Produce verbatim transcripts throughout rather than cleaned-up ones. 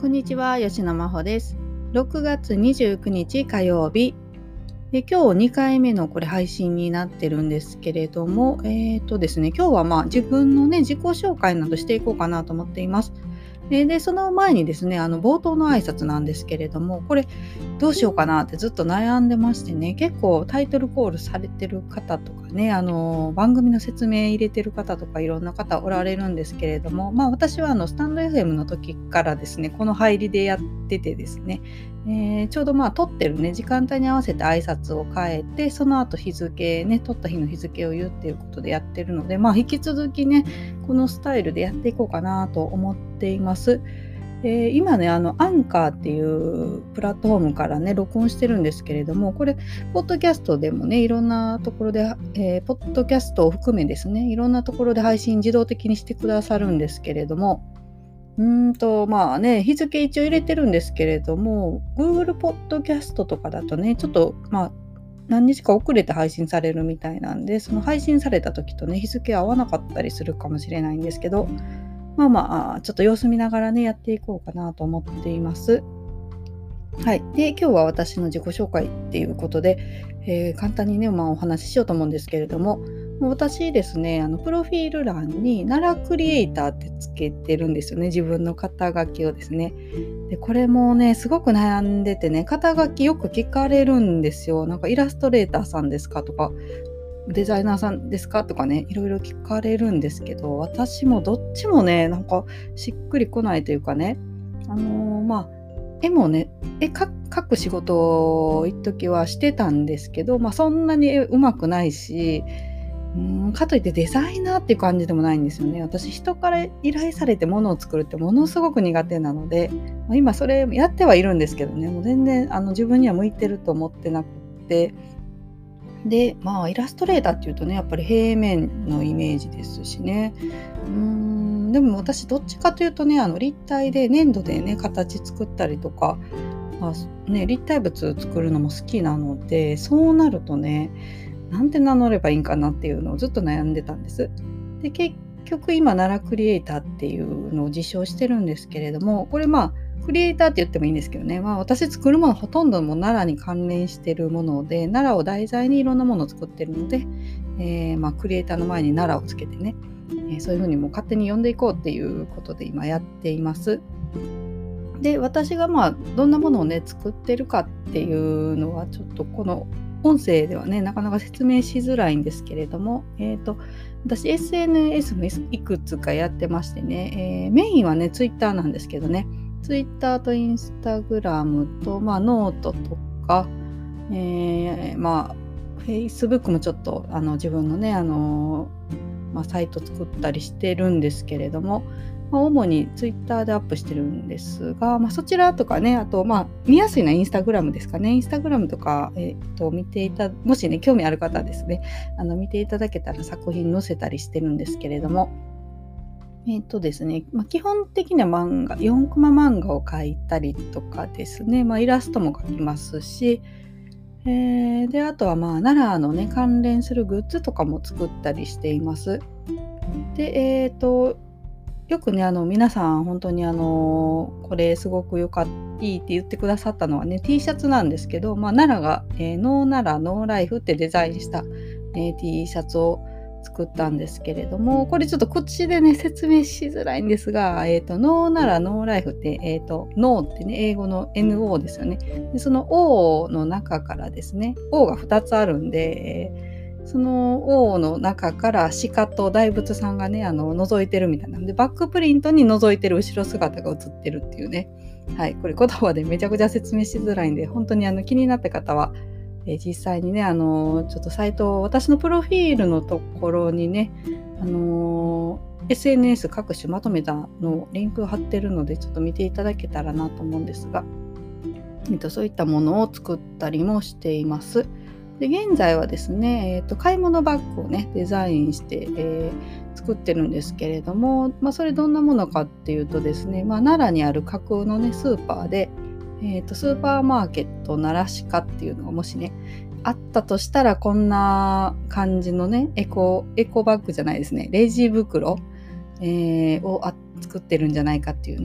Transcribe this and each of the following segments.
んにちは、吉野真帆です。ろくがつにじゅうくにち火曜日。で今日にかいめのこれ配信になってるんですけれども、えーとですね、今日はまあ自分のね、自己紹介などしていこうかなと思っています。で、でその前にですね、あの冒頭の挨拶なんですけれども、これどうしようかなってずっと悩んでましてね、結構タイトルコールされてる方とかね、あの番組の説明入れてる方とかいろんな方おられるんですけれども、まあ私はあのスタンド エフエム の時からですね、この入りでやっててですね、えーちょうどまあ撮ってるね時間帯に合わせて挨拶を変えて、その後日付ね、撮った日の日付を言うっていうことでやってるので、まあ引き続きねこのスタイルでやっていこうかなと思っています。えー今ねあのアンカーっていうプラットフォームからね録音してるんですけれども、これポッドキャストでもねいろんなところで、えーポッドキャストを含めですねいろんなところで配信自動的にしてくださるんですけれども、うーんとまあね日付一応入れてるんですけれども、 Google ポッドキャストとかだとねちょっとまあ何日か遅れて配信されるみたいなんで、その配信された時とね日付合わなかったりするかもしれないんですけど、まあまあちょっと様子見ながらねやっていこうかなと思っています。はい、で今日は私の自己紹介っていうことで、えー簡単にね、まあ、お話ししようと思うんですけれども、もう私ですねあのプロフィール欄に奈良クリエイターってつけてるんですよね、自分の肩書きをですね。でこれもねすごく悩んでてね、肩書きよく聞かれるんですよ。なんかイラストレーターさんですかとか、デザイナーさんですかとかね、いろいろ聞かれるんですけど、私もどっちもねなんかしっくりこないというかね、あのーまあ絵もね絵か描く仕事を一時はしてたんですけど、まあ、そんなに絵上手くないし、うーんかといってデザイナーっていう感じでもないんですよね。私人から依頼されて物を作るってものすごく苦手なので、まあ、今それやってはいるんですけどね、もう全然あの自分には向いてると思ってなくて、でまあイラストレーターっていうとねやっぱり平面のイメージですしね。うーんでも私どっちかというとねあの立体で粘土でね形作ったりとか、まあね、立体物作るのも好きなので、そうなるとねなんて名乗ればいいんかなっていうのをずっと悩んでたんです。で結局今奈良クリエイターっていうのを自称してるんですけれども、これまあクリエイターって言ってもいいんですけどね、まあ、私作るものほとんども奈良に関連してるもので、奈良を題材にいろんなものを作ってるので、えーまあ、クリエイターの前に奈良をつけてね、えーそういうふうにもう勝手に呼んでいこうっていうことで今やっています。で私がまあどんなものをね作ってるかっていうのはちょっとこの音声ではねなかなか説明しづらいんですけれども、えーと私 エスエヌエス もいくつかやってましてね、えーメインはねツイッターなんですけどね、ツイッターとインスタグラムと、まあ、ノートとか、えー、まあフェイスブックもちょっとあの自分のねあの、まあ、サイト作ったりしてるんですけれども、まあ、主にツイッターでアップしてるんですが、まあ、そちらとかね、あとまあ見やすいのはインスタグラムですかね。インスタグラムとか、えー、と見ていたもしね興味ある方ですね、あの見ていただけたら作品載せたりしてるんですけれども、えっとですね、まあ、基本的には漫画、よんコマ漫画を描いたりとかですね、まあ、イラストも描きますし、えーであとはまあ奈良のね関連するグッズとかも作ったりしています。で、えっとよくねあの皆さん本当にあのこれすごくよかったいいって言ってくださったのはね T シャツなんですけど、まあ、奈良が、えーノー奈良ノーライフってデザインした、えー T シャツを作ったんですけれども、これちょっと口でね説明しづらいんですが、えーとノー奈良ノーライフって、えーとノーってね英語の エヌオー ですよね。でその O の中からですね O がふたつあるんで、えーその O の中から鹿と大仏さんがねあの覗いてるみたいなので、バックプリントに覗いてる後ろ姿が映ってるっていうね、はい、これ言葉でめちゃくちゃ説明しづらいんで、本当にあの気になった方は、えー実際にねあのちょっとサイト、私のプロフィールのところにねあのー エスエヌエス 各種まとめたのリンクを貼ってるので、ちょっと見ていただけたらなと思うんですが、えっと、そういったものを作ったりもしています。で現在はですね、えーと、買い物バッグをねデザインして、えー作ってるんですけれども、まあ、それどんなものかっていうとですね、まあ、奈良にある架空のねスーパーで、えーと、スーパーマーケット奈良鹿っていうのがもしねあったとしたら、こんな感じのねエコエコバッグじゃないですね、レジ袋、えーをあ作ってるんじゃないかっていうね、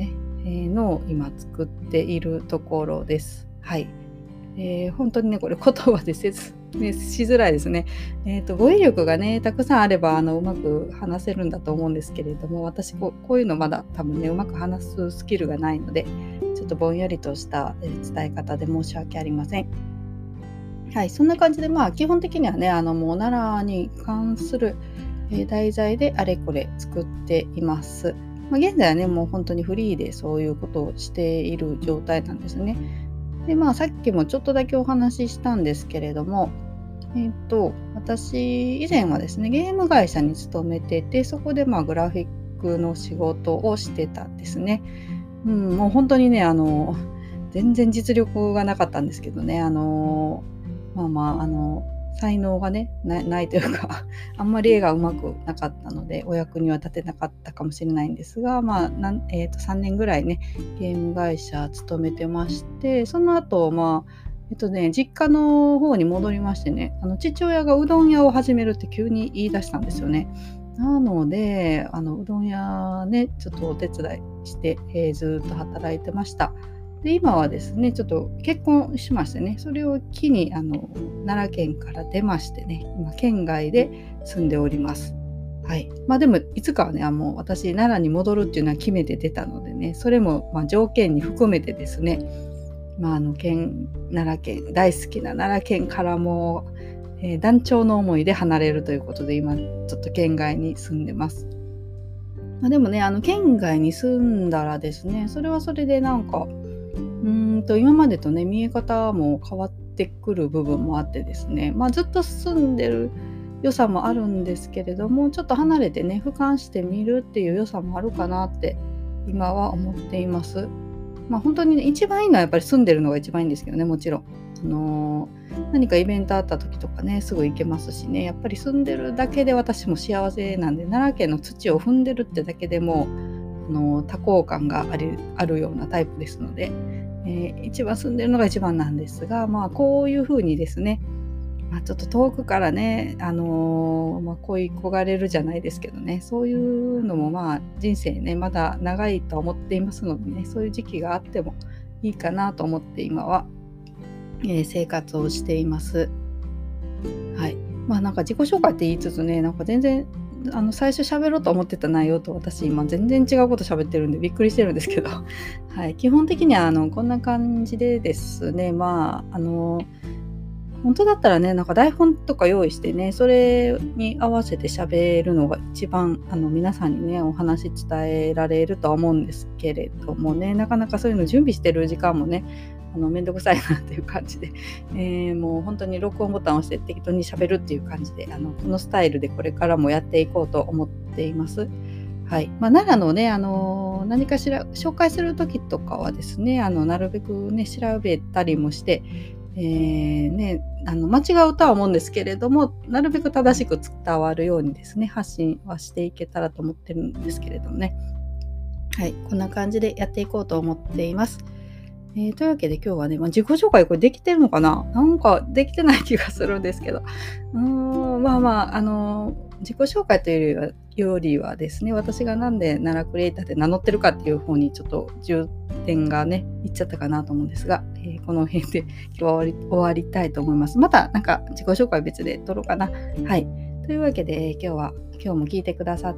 えーのを今作っているところです。はい。えー本当にねこれ言葉で説明しづらいですね。えーと語彙力がねたくさんあればあのうまく話せるんだと思うんですけれども、私こうこういうのまだ多分ねうまく話すスキルがないので、ちょっとぼんやりとしたえー伝え方で申し訳ありません。はい、そんな感じでまあ基本的にはねあのもう奈良に関する、えー題材であれこれ作っています。まあ、現在はねもう本当にフリーでそういうことをしている状態なんですね。でまあさっきもちょっとだけお話ししたんですけれども、えっと私以前はですねゲーム会社に勤めてて、そこでまあグラフィックの仕事をしてたんですね。うん、もう本当にねあの全然実力がなかったんですけどね、あのまあまああの才能がねなないというかあんまり絵がうまくなかったのでお役には立てなかったかもしれないんですが、まあなん、えー、とさんねんぐらいねゲーム会社勤めてまして、その後まあえっとね実家の方に戻りましてね、あの父親がうどん屋を始めるって急に言い出したんですよね。なのであのうどん屋ねちょっとお手伝いして、えーずっと働いてました。で今はですねちょっと結婚しましてね、それを機にあの奈良県から出ましてね、今県外で住んでおります。はい。まあでもいつかはねあもう私奈良に戻るっていうのは決めて出たのでね、それもまあ条件に含めてですね、まああの県奈良県大好きな奈良県からもう、えー断腸の思いで離れるということで今ちょっと県外に住んでます。まあ、でもねあの県外に住んだらですね、それはそれでなんかうーんと今までとね見え方も変わってくる部分もあってですね、まあ、ずっと住んでる良さもあるんですけれども、ちょっと離れてね俯瞰してみるっていう良さもあるかなって今は思っています。まあ本当にね一番いいのはやっぱり住んでるのが一番いいんですけどね、もちろん。あのー何かイベントあった時とかねすぐ行けますしね、やっぱり住んでるだけで私も幸せなんで、奈良県の土を踏んでるってだけでもあの多幸感がある、あるようなタイプですので、えー一番住んでるのが一番なんですが、まあこういう風にですね、まあ、ちょっと遠くからね、あのーまあ、恋焦がれるじゃないですけどね、そういうのもまあ人生ねまだ長いと思っていますのでね、そういう時期があってもいいかなと思って今は、えー生活をしています。はい。まあなんか自己紹介って言いつつね、なんか全然あの最初喋ろうと思ってた内容と私今全然違うこと喋ってるんでびっくりしてるんですけど、はい、基本的にはあのこんな感じでですね、まああの本当だったらねなんか台本とか用意してねそれに合わせて喋るのが一番あの皆さんにねお話伝えられるとは思うんですけれどもね、なかなかそういうの準備してる時間もねあのめんどくさいなっていう感じで、えーもう本当に録音ボタンを押して適当に喋るっていう感じで、あのこのスタイルでこれからもやっていこうと思っています。はい。まあ、奈良のね、あの何かしら紹介する時とかはですね、あのなるべくね調べたりもして、えーね、あの間違うとは思うんですけれども、なるべく正しく伝わるようにですね発信はしていけたらと思ってるんですけれどもね。はい、こんな感じでやっていこうと思っています。えーというわけで今日はね、まあ、自己紹介これできてるのかな、なんかできてない気がするんですけど、うーんまあまあ、あのー自己紹介というよりはよりはですね、私がなんで奈良クリエイターで名乗ってるかっていう方にちょっと重点がねいっちゃったかなと思うんですが、えーこの辺で今日は終わり、終わりたいと思います。またなんか自己紹介別で撮ろうかな。はい。というわけで、えー今日は今日も聞いてくださって、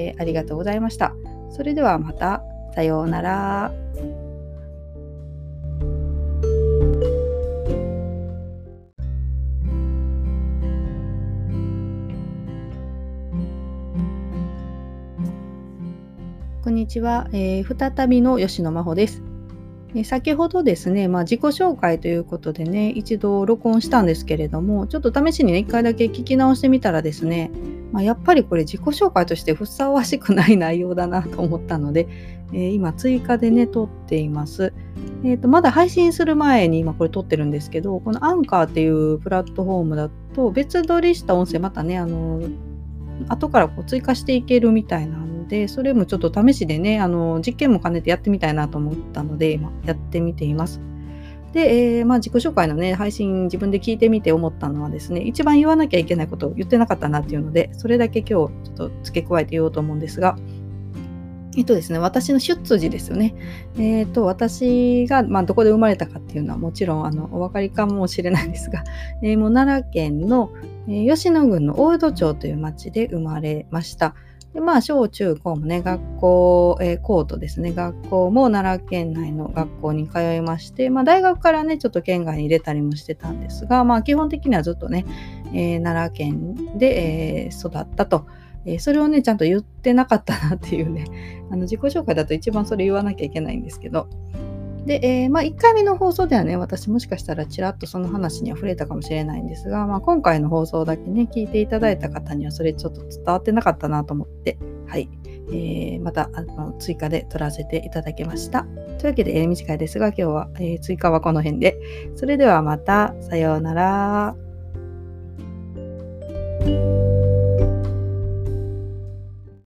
えーありがとうございました。それではまた。さようなら。こんにちは、えー再びの吉野真帆です。えー先ほどですね、まあ、自己紹介ということでね、一度録音したんですけれども、ちょっと試しにね、一回だけ聞き直してみたらですね、まあ、やっぱりこれ自己紹介としてふさわしくない内容だなと思ったので、えー今追加でね、撮っています。えーと、まだ配信する前に今これ撮ってるんですけど、このアンカーっていうプラットフォームだと別撮りした音声またね、あの後からこう追加していけるみたいなので、それもちょっと試しでね、あの実験も兼ねてやってみたいなと思ったので今やってみています。で、えーまあ、自己紹介のね配信自分で聞いてみて思ったのはですね、一番言わなきゃいけないことを言ってなかったなっていうので、それだけ今日ちょっと付け加えて言おうと思うんですが、 えっとですね、私の出自ですよね。えっと、私が、まあ、どこで生まれたかっていうのはもちろんあのお分かりかもしれないですが、えーもう奈良県の、えー吉野郡の大江戸町という町で生まれました。で、まあ、小中高もね、学校、えー高度ですね、学校も奈良県内の学校に通いまして、まあ、大学からね、ちょっと県外に出たりもしてたんですが、まあ、基本的にはずっとね、えー奈良県で、えー育ったと。えーそれをね、ちゃんと言ってなかったなっていうね、あの自己紹介だと一番それ言わなきゃいけないんですけど、で、えーまあ、いっかいめの放送ではね、私もしかしたらちらっとその話には触れたかもしれないんですが、まあ、今回の放送だけね、聞いていただいた方にはそれちょっと伝わってなかったなと思って、はい、えーまたあの追加で撮らせていただきました。というわけで、えー短いですが、今日は、えー追加はこの辺で。それではまた、さようなら。